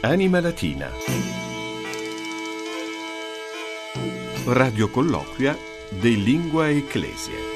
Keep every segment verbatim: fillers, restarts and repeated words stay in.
Anima Latina. Radio colloquia de Lingua Ecclesia.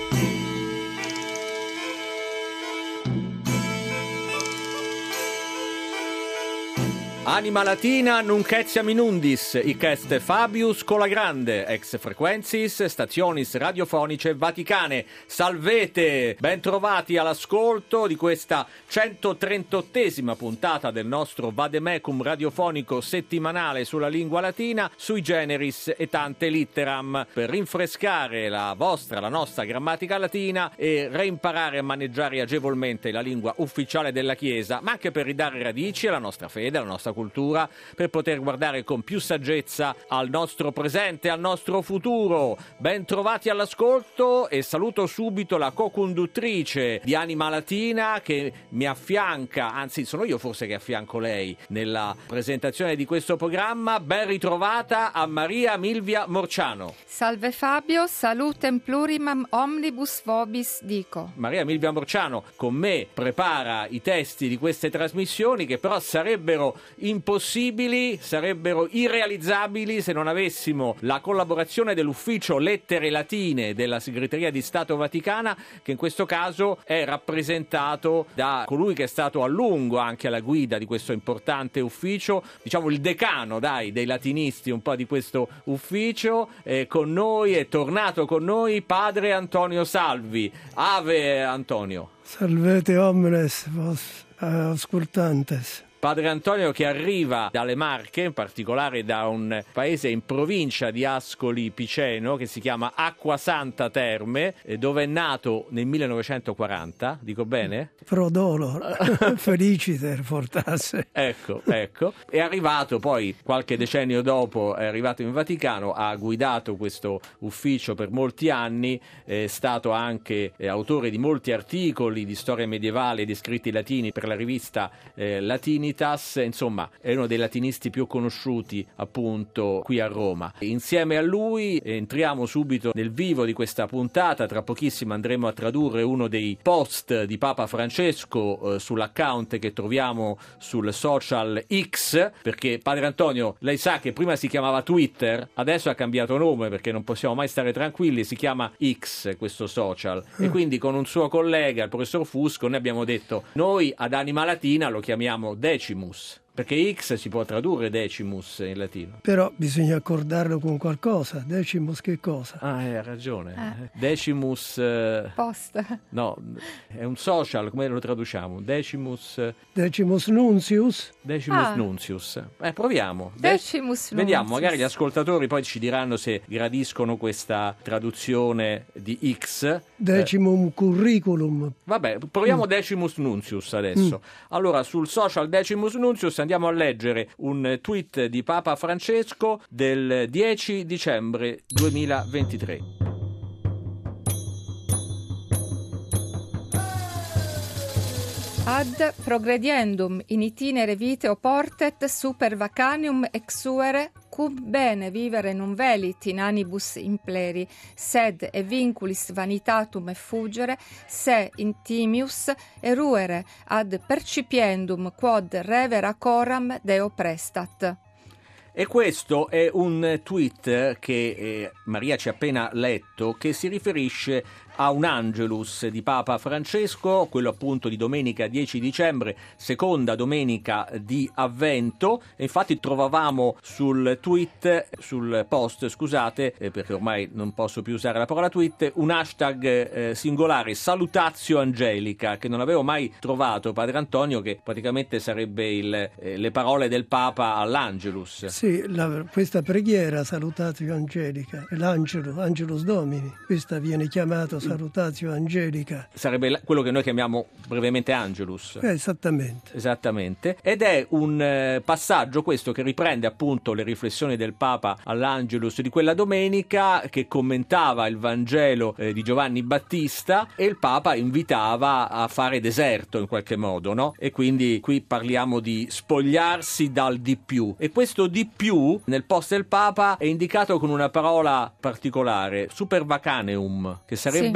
Anima Latina nunc etiam in undis, hic est Fabius Colagrande, ex frequentis stationis radiofonice Vaticane. Salvete, ben trovati all'ascolto di questa centotrentaottesima puntata del nostro Vademecum radiofonico settimanale sulla lingua latina, sui generis et ante litteram, per rinfrescare la vostra, la nostra grammatica latina e reimparare a maneggiare agevolmente la lingua ufficiale della Chiesa, ma anche per ridare radici alla nostra fede, alla nostra cultura, per poter guardare con più saggezza al nostro presente, al nostro futuro. Ben trovati all'ascolto e saluto subito la co-conduttrice di Anima Latina che mi affianca, anzi sono io forse che affianco lei nella presentazione di questo programma. Ben ritrovata a Maria Milvia Morciano. Salve Fabio, salutem plurimam omnibus vobis dico. Maria Milvia Morciano con me prepara i testi di queste trasmissioni che però sarebbero impossibili, sarebbero irrealizzabili se non avessimo la collaborazione dell'ufficio lettere latine della segreteria di Stato Vaticana, che in questo caso è rappresentato da colui che è stato a lungo anche alla guida di questo importante ufficio, diciamo il decano dai dei latinisti un po' di questo ufficio. Eh, con noi è tornato con noi padre Antonio Salvi. Ave Antonio. Salvete omnes vos ascoltantes. Padre Antonio che arriva dalle Marche, in particolare da un paese in provincia di Ascoli Piceno che si chiama Acquasanta Terme, dove è nato nel millenovecentoquaranta, dico bene? Pro dolor, feliciter fortasse. Ecco, ecco. È arrivato poi, qualche decennio dopo, è arrivato in Vaticano, ha guidato questo ufficio per molti anni, è stato anche eh, autore di molti articoli di storia medievale e di scritti latini per la rivista eh, Latini. Insomma, è uno dei latinisti più conosciuti appunto qui a Roma. Insieme a lui entriamo subito nel vivo di questa puntata. Tra pochissimo andremo a tradurre uno dei post di Papa Francesco eh, sull'account che troviamo sul social X, perché Padre Antonio, lei sa che prima si chiamava Twitter, adesso ha cambiato nome perché non possiamo mai stare tranquilli, si chiama X questo social, e quindi con un suo collega, il professor Fusco, noi abbiamo detto noi ad Anima Latina lo chiamiamo Decimus, perché X si può tradurre decimus in latino. Però bisogna accordarlo con qualcosa. Decimus che cosa? Ah, hai ragione. Eh. Decimus... Eh, Post. no, è un social, come lo traduciamo? Decimus... Decimus Nuntius? Decimus Ah. Nuntius. Eh, proviamo. De- Decimus Vediamo, Nuntius. magari gli ascoltatori poi ci diranno se gradiscono questa traduzione di X. Decimum Eh, curriculum. vabbè, proviamo mm. Decimus Nuntius adesso. Mm. Allora, sul social Decimus Nuntius andiamo a leggere un tweet di Papa Francesco del dieci dicembre duemilaventitré. Ad progrediendum in itinere viteo portet super vacanium exuere, cum bene vivere non velit in anibus impleri, sed e vinculis vanitatum effugere, se intimius eruere ad percipiendum quod revera coram Deo prestat. E questo è un tweet che eh, Maria ci ha appena letto, che si riferisce a un Angelus di Papa Francesco, quello appunto di domenica dieci dicembre, seconda domenica di Avvento. E infatti trovavamo sul tweet, sul post, scusate, eh, perché ormai non posso più usare la parola tweet, un hashtag eh, singolare, Salutatio Angelica, che non avevo mai trovato, Padre Antonio, che praticamente sarebbe il, eh, le parole del Papa all'Angelus. Sì, la, questa preghiera Salutatio Angelica, l'Angelo, Angelus Domini, questa viene chiamata Salutatio Angelica. Sarebbe la, quello che noi chiamiamo brevemente Angelus. Eh, esattamente. Esattamente. Ed è un eh, passaggio questo che riprende appunto le riflessioni del Papa all'Angelus di quella domenica, che commentava il Vangelo eh, di Giovanni Battista, e il Papa invitava a fare deserto in qualche modo, no? E quindi qui parliamo di spogliarsi dal di più. E questo di più nel post del Papa è indicato con una parola particolare, super vacaneum, che sarebbe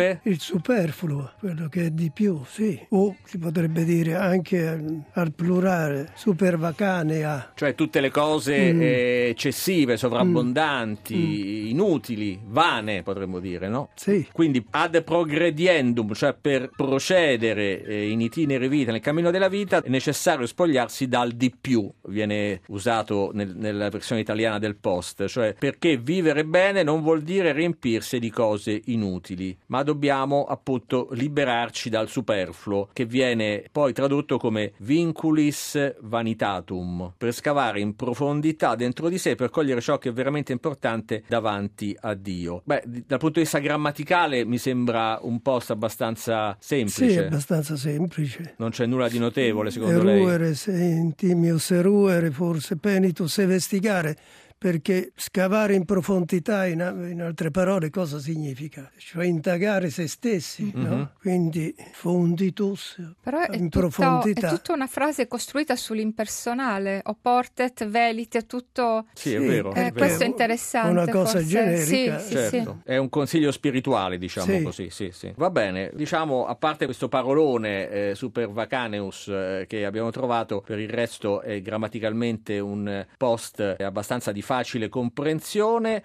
sarebbe? Il superfluo, quello che è di più, sì. O si potrebbe dire anche al, al plurale, supervacanea. Cioè tutte le cose Mm. eh, eccessive, sovrabbondanti, Mm. inutili, vane potremmo dire, no? Sì. Quindi ad progrediendum, cioè per procedere eh, in itinere vita, nel cammino della vita, è necessario spogliarsi dal di più, viene usato nel- nella versione italiana del Post, cioè perché vivere bene non vuol dire riempirsi di cose inutili, ma dobbiamo appunto liberarci dal superfluo, che viene poi tradotto come vinculis vanitatum, per scavare in profondità dentro di sé, per cogliere ciò che è veramente importante davanti a Dio. Beh, di- dal punto di vista grammaticale mi sembra un post abbastanza semplice. Sì, è abbastanza semplice. Non c'è nulla di notevole, secondo lei? Eruere, se intimius eruere, forse penitus evestigare, perché scavare in profondità, in, in altre parole, cosa significa? Cioè indagare se stessi, Mhm. no? Quindi fonditus, Però è, in tutto- profondità. è tutta una frase costruita sull'impersonale, oportet, velit, è tutto... Sì, è Sì, vero. Eh, è vero. questo è interessante. una cosa forse. generica. Sì, sì, Certo, sì. è un consiglio spirituale, diciamo Sì. così, sì, sì. Va bene, diciamo, a parte questo parolone eh, super vacaneus eh, che abbiamo trovato, per il resto è grammaticalmente un eh, post eh, abbastanza di facile comprensione.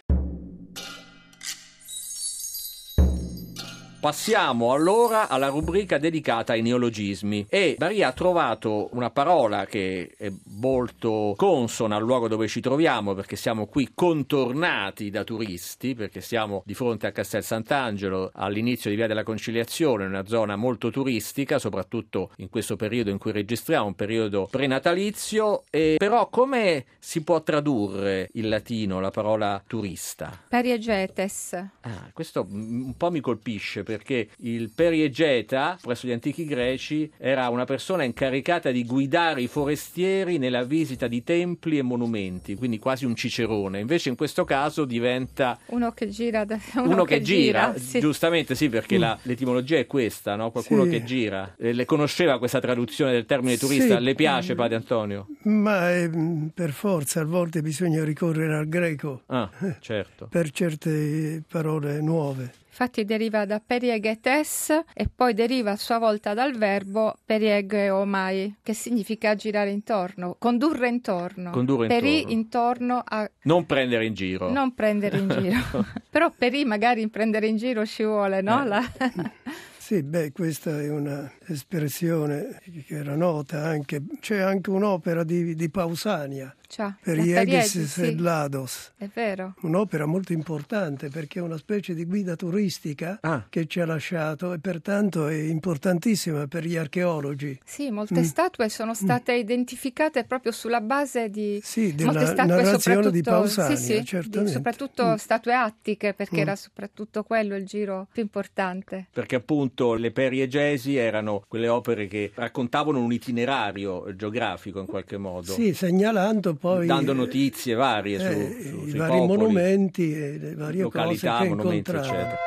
Passiamo allora alla rubrica dedicata ai neologismi, e Maria ha trovato una parola che è molto consona al luogo dove ci troviamo, perché siamo qui contornati da turisti, perché siamo di fronte a Castel Sant'Angelo, all'inizio di Via della Conciliazione, una zona molto turistica, soprattutto in questo periodo in cui registriamo, un periodo prenatalizio. E però come si può tradurre in latino la parola turista? Periegetes. Ah, questo mm, un po' mi colpisce, perché il periegeta presso gli antichi greci era una persona incaricata di guidare i forestieri nella visita di templi e monumenti, quindi quasi un cicerone. Invece in questo caso diventa Uno che gira. da- Uno, uno che gira, sì. giustamente sì, perché Mm. la- l'etimologia è questa, no? Qualcuno Sì. che gira. Eh, le conosceva questa traduzione del termine turista? Sì. Le piace, Padre Antonio? Ma eh, per forza a volte bisogna ricorrere al greco Ah, certo. per certe parole nuove. Infatti deriva da periegetes e poi deriva a sua volta dal verbo periegeomai, che significa girare intorno, condurre intorno. Condurre Peri intorno. intorno a Non prendere in giro. non prendere in giro. Però peri magari in prendere in giro ci vuole, no? Eh. La- Sì, beh, questa è una espressione che era nota anche, c'è anche un'opera di, di Pausania, Cioè, per la gli periegi, Egis sì, e Lados, è vero. un'opera molto importante perché è una specie di guida turistica Ah. che ci ha lasciato e pertanto è importantissima per gli archeologi. Sì, molte Mm. statue sono state identificate proprio sulla base di Sì, molte della statue, narrazione di soprattutto, Pausania, sì, sì, di- certamente. soprattutto Mm. statue attiche, perché Mm. era soprattutto quello il giro più importante. Perché appunto le periegesi erano quelle opere che raccontavano un itinerario geografico in qualche modo, Sì, segnalando poi dando eh, notizie varie su, eh, su- i sui vari popoli, monumenti e le varie località, cose che monumenti, incontrava. eccetera.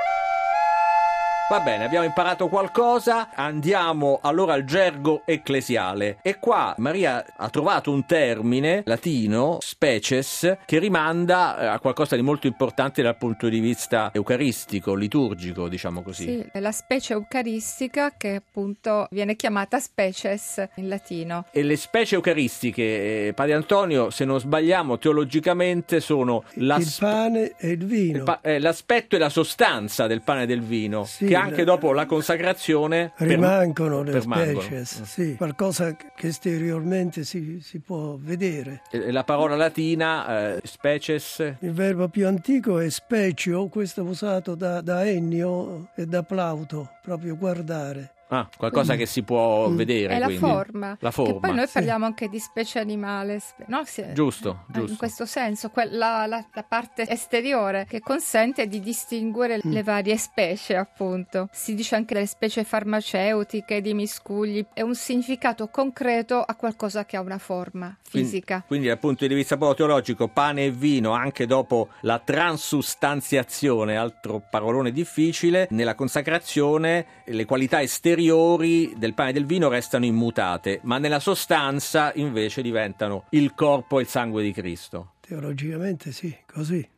Va bene, abbiamo imparato qualcosa, andiamo allora al gergo ecclesiale. E qua Maria ha trovato un termine latino, species, che rimanda eh, a qualcosa di molto importante dal punto di vista eucaristico, liturgico, diciamo così. Sì, è la specie eucaristica che appunto viene chiamata species in latino. E le specie eucaristiche, eh, Padre Antonio, se non sbagliamo teologicamente, sono Il l'aspe- pane e il vino. il pa- eh, l'aspetto e la sostanza del pane e del vino, Sì, che anche la- dopo la consacrazione per- Rimangono le permangono. species, sì, qualcosa che esteriormente si, si può vedere. E- e la parola latina, eh, species, Il verbo più antico è specio, questo usato da, da Ennio e da Plauto, proprio guardare. ah, qualcosa che si può Mm. vedere. È la quindi. forma. La forma. Che poi noi sì. parliamo anche di specie animale, spe- no? Sì, Giusto, eh, giusto. In questo senso, quella, la, la parte esteriore che consente di distinguere Mm. le varie specie, appunto. Si dice anche delle specie farmaceutiche, di miscugli. È un significato concreto a qualcosa che ha una forma fisica. Quindi, quindi dal punto di vista proprio teologico, pane e vino, anche dopo la transustanziazione, altro parolone difficile, nella consacrazione le qualità esteriori del pane e del vino restano immutate, ma nella sostanza invece diventano il corpo e il sangue di Cristo. Teologicamente sì, così.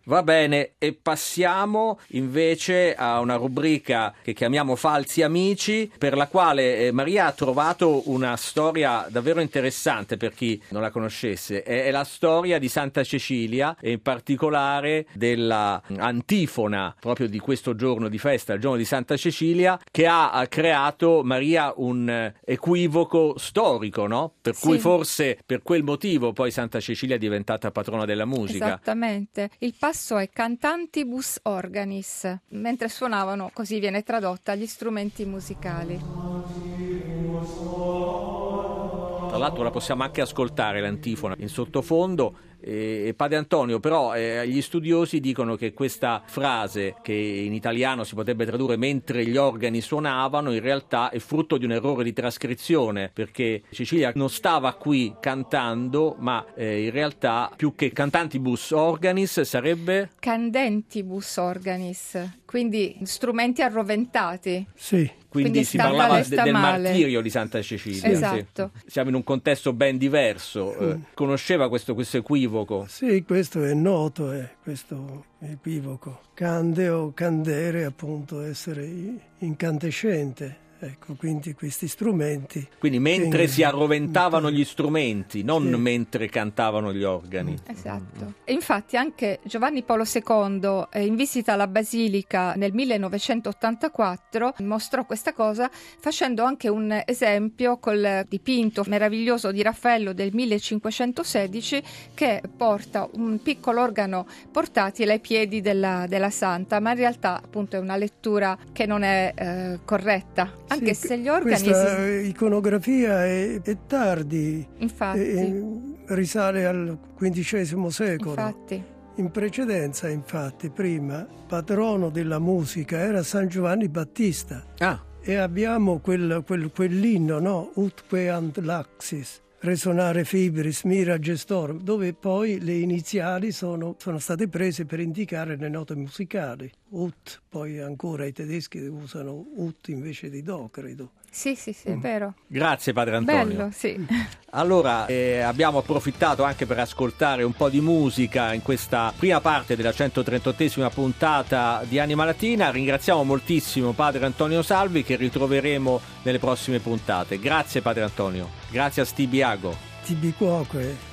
Va bene, e passiamo invece a una rubrica che chiamiamo Falsi Amici, per la quale eh, Maria ha trovato una storia davvero interessante per chi non la conoscesse. È, è la storia di Santa Cecilia e in particolare della antifona proprio di questo giorno di festa, il giorno di Santa Cecilia, che ha, ha creato, Maria, un equivoco storico, no? Per Sì. cui forse per quel motivo poi Santa Cecilia è diventata patrona della musica. Esattamente. Il passo è cantantibus organis, mentre suonavano, così viene tradotta, gli strumenti musicali. Tra l'altro la possiamo anche ascoltare l'antifona in sottofondo. E Padre Antonio, però eh, gli studiosi dicono che questa frase, che in italiano si potrebbe tradurre mentre gli organi suonavano, in realtà è frutto di un errore di trascrizione, perché Cecilia non stava qui cantando, ma eh, in realtà più che cantantibus organis sarebbe Candentibus organis, quindi strumenti arroventati. Sì. Quindi, Quindi si stata parlava lesta de- del male. martirio di Santa Cecilia. Esatto. Sì. Siamo in un contesto ben diverso. Eh, conosceva questo, questo equivoco? Sì, questo è noto, eh, questo equivoco. Cande o candere, appunto, essere incandescente. Ecco, quindi questi strumenti. Quindi mentre Quindi, si arroventavano gli strumenti, non sì. mentre cantavano gli organi. Esatto. E infatti anche Giovanni Paolo secondo, eh, in visita alla Basilica nel millenovecentottantaquattro, mostrò questa cosa facendo anche un esempio col dipinto meraviglioso di Raffaello del millecinquecentosedici, che porta un piccolo organo portatile ai piedi della, della Santa, ma in realtà appunto è una lettura che non è eh, corretta. Anche sì, se gli organi... Questa si... iconografia è, è tardi, Infatti. è, risale al quindicesimo secolo. Infatti. In precedenza, infatti, prima, patrono della musica era San Giovanni Battista. Ah. E abbiamo quel, quel, quell'inno, no? Utque ant laxis, resonare fibris, mira gestorum, dove poi le iniziali sono, sono state prese per indicare le note musicali. Ut, poi ancora i tedeschi usano ut invece di do, credo. Sì, sì, sì, è vero. Grazie Padre Antonio. Bello, sì. Allora, eh, abbiamo approfittato anche per ascoltare un po' di musica in questa prima parte della centotrentottesima puntata di Anima Latina. Ringraziamo moltissimo Padre Antonio Salvi, che ritroveremo nelle prossime puntate. Grazie Padre Antonio. Grazie a Stibiago. Tibi quoque.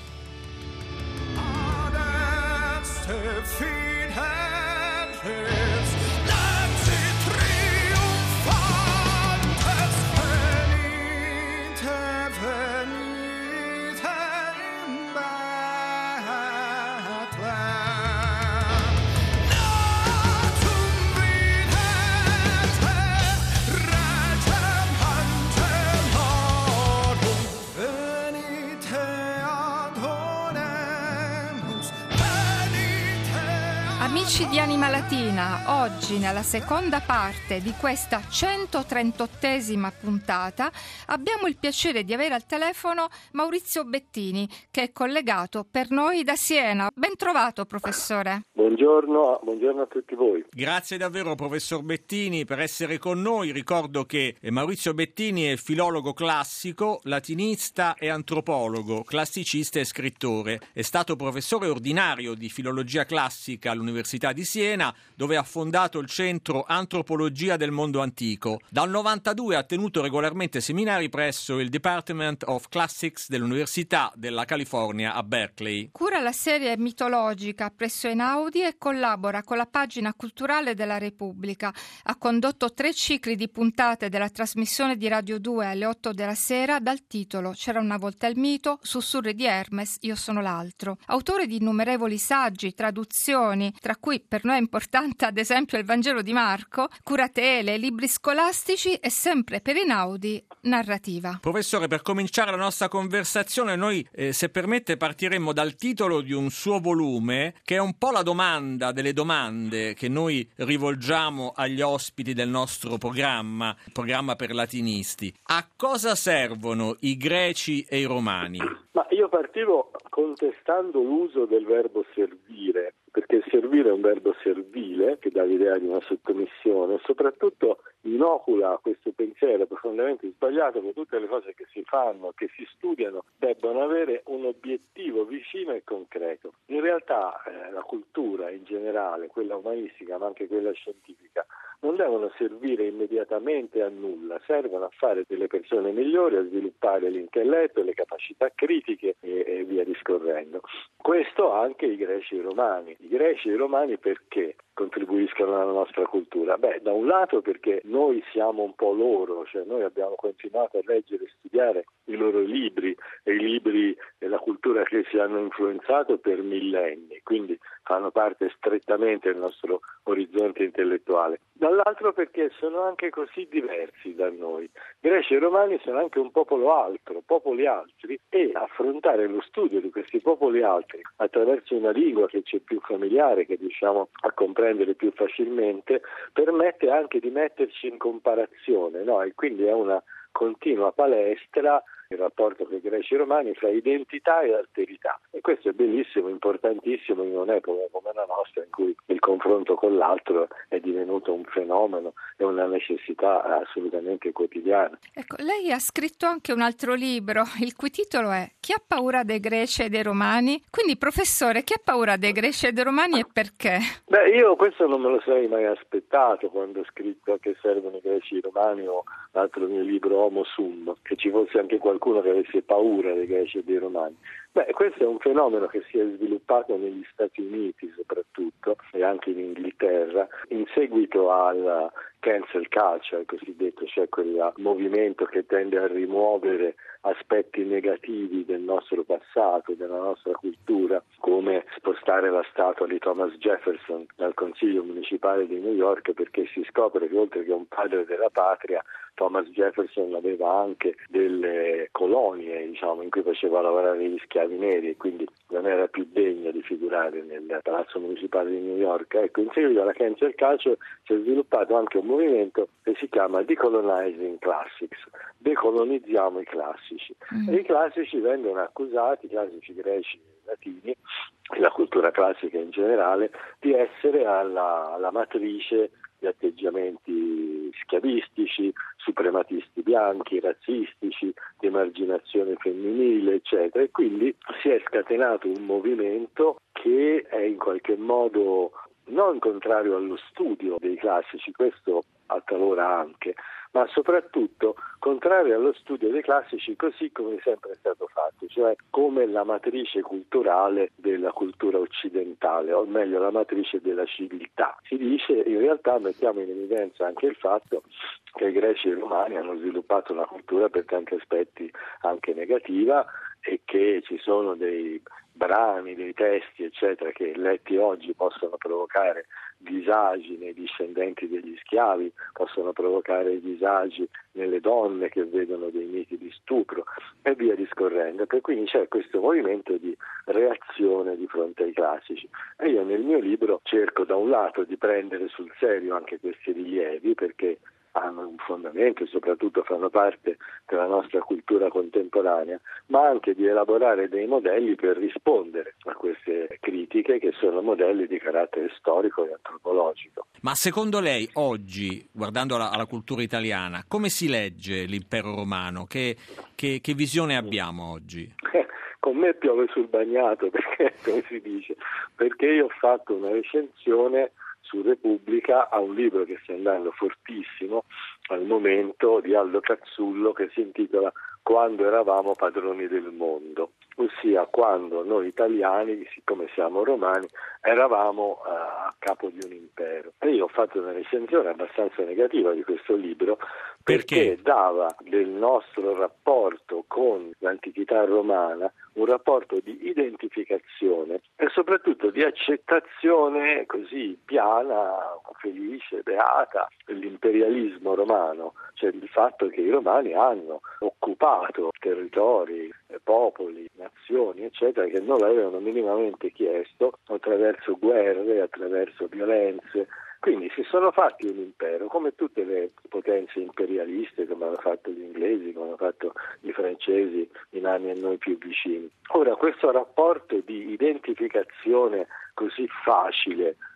Amici di Anima Latina, oggi nella seconda parte di questa centotrentottesima puntata abbiamo il piacere di avere al telefono Maurizio Bettini, che è collegato per noi da Siena. Ben trovato, professore. Buongiorno, buongiorno a tutti voi. Grazie davvero professor Bettini per essere con noi. Ricordo che Maurizio Bettini è filologo classico, latinista e antropologo, classicista e scrittore. È stato professore ordinario di filologia classica all'Università di Siena, dove ha fondato il centro Antropologia del Mondo Antico. Dal novantadue ha tenuto regolarmente seminari presso il Department of Classics dell'Università della California a Berkeley. Cura la serie mitologica presso Einaudi e collabora con la pagina culturale della Repubblica. Ha condotto tre cicli di puntate della trasmissione di Radio due alle otto della sera dal titolo C'era una volta il mito, Sussurri di Hermes, Io sono l'altro. Autore di innumerevoli saggi, traduzioni, tra cui per noi è importante ad esempio il Vangelo di Marco, curatele, libri scolastici e sempre per Einaudi narrativa. Professore, per cominciare la nostra conversazione noi, eh, se permette, partiremmo dal titolo di un suo volume, che è un po' la domanda delle domande che noi rivolgiamo agli ospiti del nostro programma, il programma per latinisti. A cosa servono i greci e i romani? Ma io partivo contestando l'uso del verbo servire, perché il servire è un verbo servile che dà l'idea di una sottomissione e soprattutto inocula questo pensiero profondamente sbagliato che tutte le cose che si fanno, che si studiano, debbono avere un obiettivo vicino e concreto. In realtà eh, la cultura in generale ma anche quella scientifica, non devono servire immediatamente a nulla, servono a fare delle persone migliori, a sviluppare l'intelletto, le capacità critiche e, e via discorrendo. Questo anche i greci e i romani. I greci e i romani perché contribuiscono alla nostra cultura? Beh, da un lato perché noi siamo un po' loro, cioè noi abbiamo continuato a leggere e studiare i loro libri e i libri e la cultura che ci hanno influenzato per millenni, quindi fanno parte strettamente del nostro orizzonte intellettuale. Dall'altro perché sono anche così diversi da noi. Greci e romani sono anche un popolo altro, popoli altri, e affrontare lo studio di questi popoli altri attraverso una lingua che ci è più familiare, che riusciamo a comprendere più facilmente, permette anche di metterci in comparazione, no? E quindi è una continua palestra il rapporto con i greci e romani fra identità e alterità, e questo è bellissimo, importantissimo in un'epoca come la nostra in cui il confronto con l'altro è divenuto un fenomeno e una necessità assolutamente quotidiana. Ecco, lei ha scritto anche un altro libro, il cui titolo è Chi ha paura dei greci e dei romani? Quindi, professore, chi ha paura dei greci e dei romani e perché? Beh, io questo non me lo sarei mai aspettato quando ho scritto A che servono i greci e i romani o l'altro mio libro Homo Sum, che ci fosse anche qualcuno che avesse paura dei greci e dei romani. Beh, questo è un fenomeno che si è sviluppato negli Stati Uniti soprattutto e anche in Inghilterra in seguito al cancel culture cosiddetto, cioè quel movimento che tende a rimuovere aspetti negativi del nostro passato, della nostra cultura, come spostare la statua di Thomas Jefferson dal Consiglio municipale di New York, perché si scopre che oltre che un padre della patria, Thomas Jefferson aveva anche delle colonie, diciamo, in cui faceva lavorare gli schiavi neri e quindi non era più degno di figurare nel Palazzo Municipale di New York. Ecco, in seguito alla cancel culture si è sviluppato anche un movimento che si chiama Decolonizing Classics, decolonizziamo i classici. Mm. E i classici vengono accusati, i classici greci e latini, e la cultura classica in generale, di essere alla, alla matrice di atteggiamenti schiavistici, suprematisti bianchi, razzistici, di emarginazione femminile, eccetera. E quindi si è scatenato un movimento che è in qualche modo non contrario allo studio dei classici, questo a talora anche, ma soprattutto contrario allo studio dei classici così come è sempre stato fatto, cioè come la matrice culturale della cultura occidentale, o meglio la matrice della civiltà. Si dice, in realtà mettiamo in evidenza anche il fatto che i greci e i romani hanno sviluppato una cultura per tanti aspetti anche negativa e che ci sono dei brani, dei testi, eccetera, che letti oggi possono provocare disagi nei discendenti degli schiavi, possono provocare disagi nelle donne che vedono dei miti di stupro e via discorrendo. Per cui c'è questo movimento di reazione di fronte ai classici. E io nel mio libro cerco da un lato di prendere sul serio anche questi rilievi, perché hanno un fondamento e soprattutto fanno parte della nostra cultura contemporanea, ma anche di elaborare dei modelli per rispondere a queste critiche che sono modelli di carattere storico e antropologico. Ma secondo lei oggi, guardando alla, alla cultura italiana, come si legge l'impero romano? Che, che, che visione abbiamo oggi? Con me piove sul bagnato, perché come si dice, perché io ho fatto una recensione su Repubblica a un libro che sta andando fortissimo al momento di Aldo Cazzullo, che si intitola Quando eravamo padroni del mondo, ossia quando noi italiani, siccome siamo romani, eravamo uh, a capo di un impero. E io ho fatto una recensione abbastanza negativa di questo libro perché, perché dava del nostro rapporto con l'antichità romana un rapporto di identificazione e soprattutto di accettazione così piana, felice, beata dell'imperialismo romano, cioè il fatto che i romani hanno occupato territori, popoli, nazioni, eccetera, che non l'avevano minimamente chiesto attraverso guerre, attraverso violenze. Quindi si sono fatti un impero, come tutte le potenze imperialiste, come hanno fatto gli inglesi, come hanno fatto i francesi in anni a noi più vicini. Ora, questo rapporto di identificazione così facile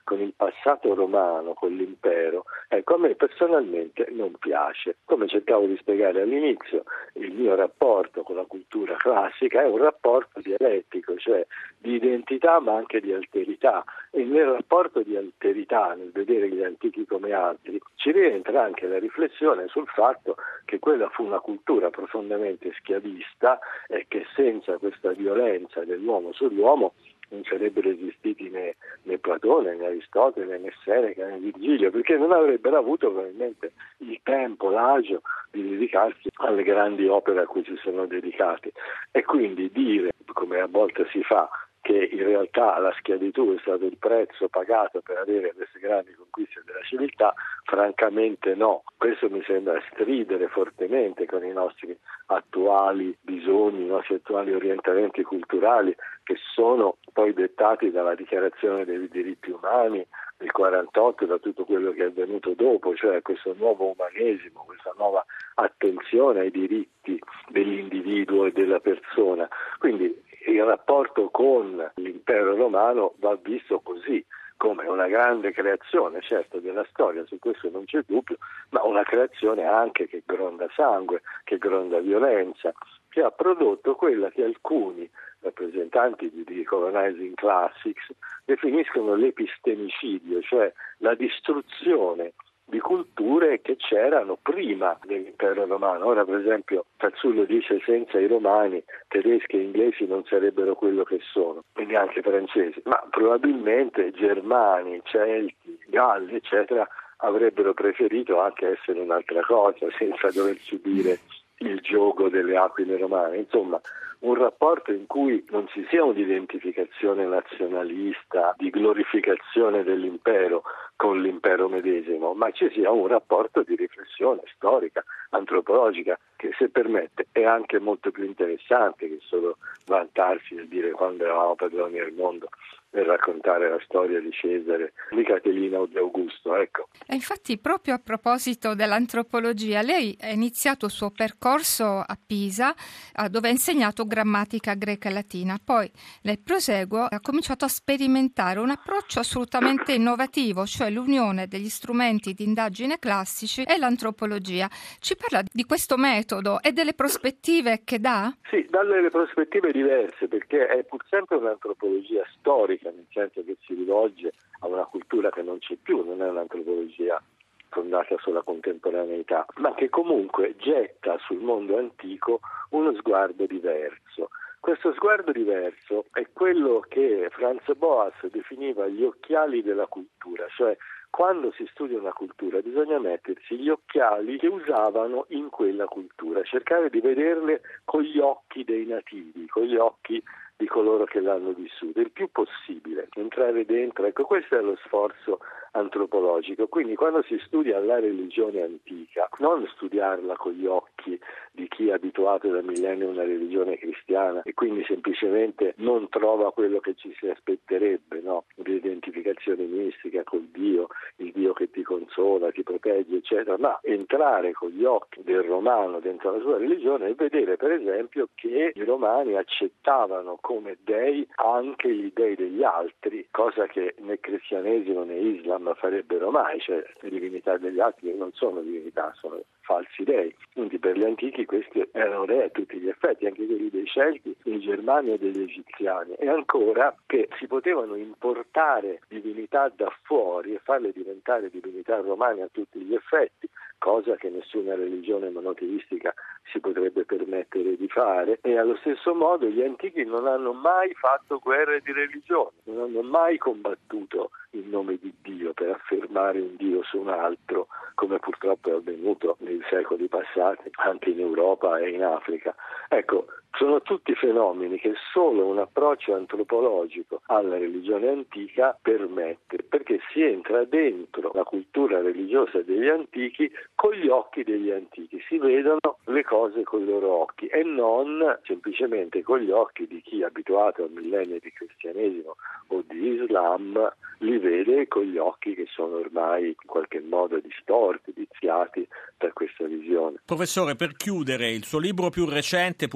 con il passato romano, con l'impero, ecco, a me personalmente non piace. Come cercavo di spiegare all'inizio, il mio rapporto con la cultura classica è un rapporto dialettico, cioè di identità ma anche di alterità, e nel rapporto di alterità, nel vedere gli antichi come altri, ci rientra anche la riflessione sul fatto che quella fu una cultura profondamente schiavista e che senza questa violenza dell'uomo sull'uomo non sarebbero esistiti né, né Platone, né Aristotele, né Seneca, né Virgilio, perché non avrebbero avuto probabilmente il tempo, l'agio di dedicarsi alle grandi opere a cui si sono dedicati. E quindi dire, come a volte si fa, che in realtà la schiavitù è stato il prezzo pagato per avere queste grandi conquiste della civiltà, francamente no. Questo mi sembra stridere fortemente con i nostri attuali bisogni, i nostri attuali orientamenti culturali, che sono poi dettati dalla Dichiarazione dei diritti umani del quarantotto e da tutto quello che è avvenuto dopo, cioè questo nuovo umanesimo, questa nuova attenzione ai diritti dell'individuo e della persona. Quindi il rapporto con l'impero romano va visto così, come una grande creazione, certo, della storia, su questo non c'è dubbio, ma una creazione anche che gronda sangue, che gronda violenza, che ha prodotto quella che alcuni rappresentanti di Decolonizing Classics definiscono l'epistemicidio, cioè la distruzione di culture che c'erano prima dell'impero romano. Ora, per esempio, Tazzullo dice senza i romani tedeschi e inglesi non sarebbero quello che sono, e neanche francesi, ma probabilmente germani, celti, galli, eccetera, avrebbero preferito anche essere un'altra cosa senza dover subire il giogo delle aquile romane. Insomma, un rapporto in cui non ci sia un'identificazione nazionalista, di glorificazione dell'impero con l'impero medesimo, ma ci sia un rapporto di riflessione storica, antropologica, che, se permette, è anche molto più interessante che solo vantarsi e dire quando eravamo padroni del mondo e raccontare la storia di Cesare, di Catilina o di Augusto, ecco. E infatti, proprio a proposito dell'antropologia, lei ha iniziato il suo percorso a Pisa, dove ha insegnato grammatica greca e latina. Poi, nel proseguo, ha cominciato a sperimentare un approccio assolutamente innovativo, cioè l'unione degli strumenti di indagine classici e l'antropologia. Ci parla di questo metodo e delle prospettive che dà? Sì, dalle prospettive diverse, perché è pur sempre un'antropologia storica, nel senso che si rivolge a una cultura che non c'è più, non è un'antropologia fondata sulla contemporaneità, ma che comunque getta sul mondo antico uno sguardo diverso. Questo sguardo diverso è quello che Franz Boas definiva gli occhiali della cultura, cioè quando si studia una cultura bisogna mettersi gli occhiali che usavano in quella cultura, cercare di vederle con gli occhi dei nativi, con gli occhi di coloro che l'hanno vissuto, il più possibile, entrare dentro. Ecco, questo è lo sforzo antropologico. Quindi quando si studia la religione antica, non studiarla con gli occhi di chi è abituato da millenni a una religione cristiana e quindi semplicemente non trova quello che ci si aspetterebbe, no? L'identificazione mistica col Dio, il Dio che ti consola, ti protegge, eccetera, ma entrare con gli occhi del romano dentro la sua religione e vedere, per esempio, che i romani accettavano come dei anche gli dei degli altri, cosa che né cristianesimo né Islam farebbero mai, cioè le divinità degli altri non sono divinità, sono falsi dei. Quindi per gli antichi questi erano re a tutti gli effetti, anche quelli dei Celti, dei Germani e degli Egiziani, e ancora che si potevano importare divinità da fuori e farle diventare divinità romane a tutti gli effetti, cosa che nessuna religione monoteistica si potrebbe permettere di fare. E allo stesso modo gli antichi non hanno mai fatto guerre di religione, non hanno mai combattuto in nome di Dio per affermare un Dio su un altro, come purtroppo è avvenuto nei secoli passati anche in Europa e in Africa. Ecco, sono tutti fenomeni che solo un approccio antropologico alla religione antica permette, perché si entra dentro la cultura religiosa degli antichi con gli occhi degli antichi, si vedono le cose con i loro occhi e non semplicemente con gli occhi di chi è abituato a millenni di cristianesimo o di Islam, li vede con gli occhi che sono ormai in qualche modo distorti, viziati da questa visione. Professore, per chiudere, il suo libro più recente, pubblicato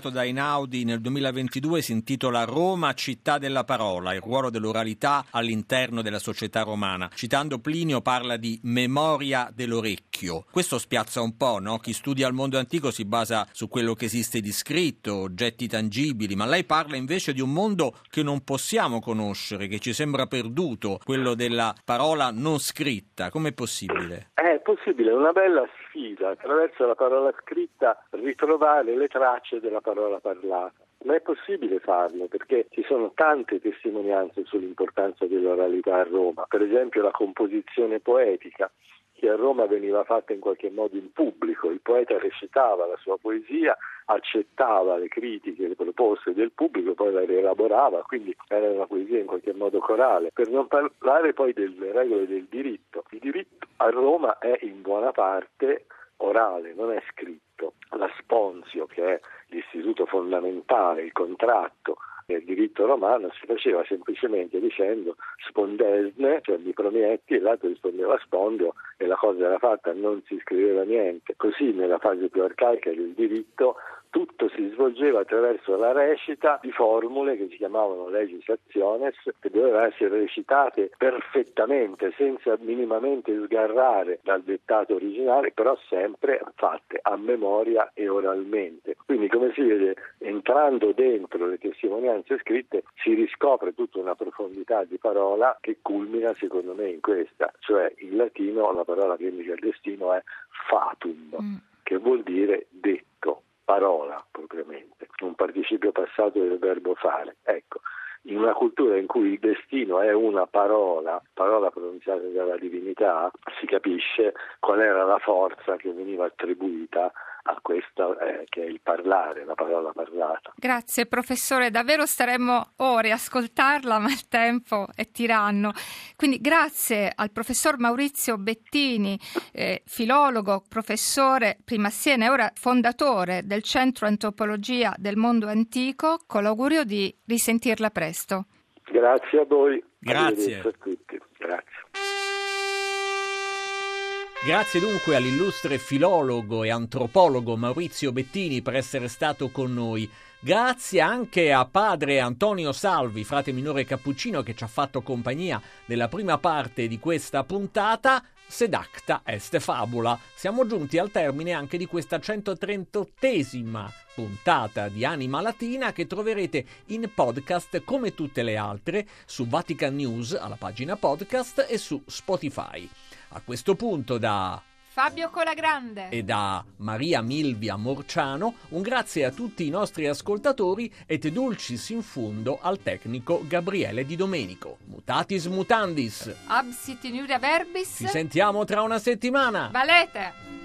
pubblicato da Einaudi nel duemilaventidue, si intitola Roma, città della parola, il ruolo dell'oralità all'interno della società romana. Citando Plinio parla di memoria dell'orecchio. Questo spiazza un po', no? Chi studia il mondo antico si basa su quello che esiste di scritto, oggetti tangibili, ma lei parla invece di un mondo che non possiamo conoscere, che ci sembra perduto, quello della parola non scritta. Com'è possibile? È possibile, è una bella sfida, attraverso la parola scritta ritrovare le tracce della parola parlata. Ma è possibile farlo perché ci sono tante testimonianze sull'importanza dell'oralità a Roma, per esempio la composizione poetica, che a Roma veniva fatta in qualche modo in pubblico. Il poeta recitava la sua poesia, accettava le critiche, le proposte del pubblico, poi la rielaborava, quindi era una poesia in qualche modo corale. Per non parlare poi delle regole del diritto. Il diritto a Roma è in buona parte orale, non è scritto. La sponsio, che è l'istituto fondamentale, il contratto nel diritto romano, si faceva semplicemente dicendo spondesne, cioè mi prometti, e l'altro rispondeva spondio e la cosa era fatta, non si scriveva niente. Così nella fase più arcaica del diritto tutto si svolgeva attraverso la recita di formule che si chiamavano legislationes, che dovevano essere recitate perfettamente, senza minimamente sgarrare dal dettato originale, però sempre fatte a memoria e oralmente. Quindi, come si vede, entrando dentro le testimonianze scritte si riscopre tutta una profondità di parola che culmina, secondo me, in questa, cioè in latino la parola che indica il destino è fatum, mm. che vuol dire detto, parola propriamente, un participio passato del verbo fare. Ecco, in una cultura in cui il destino è una parola, parola pronunciata dalla divinità, si capisce qual era la forza che veniva attribuita a questa eh, che è il parlare, la parola parlata. Grazie professore, davvero staremmo ore a ascoltarla, ma il tempo è tiranno. Quindi grazie al professor Maurizio Bettini, eh, filologo, professore prima a Siena e ora fondatore del Centro Antropologia del Mondo Antico, con l'augurio di risentirla presto. Grazie a voi. Grazie. A tutti. Grazie. Grazie dunque all'illustre filologo e antropologo Maurizio Bettini per essere stato con noi. Grazie anche a padre Antonio Salvi, frate minore cappuccino, che ci ha fatto compagnia nella prima parte di questa puntata. Sed acta est fabula. Siamo giunti al termine anche di questa centotrentaottesima puntata di Anima Latina, che troverete in podcast come tutte le altre su Vatican News alla pagina podcast e su Spotify. A questo punto da Fabio Colagrande e da Maria Milvia Morciano un grazie a tutti i nostri ascoltatori et dulcis in fundo al tecnico Gabriele Di Domenico. Mutatis mutandis. Absit in iuria verbis. Ci sentiamo tra una settimana. Valete.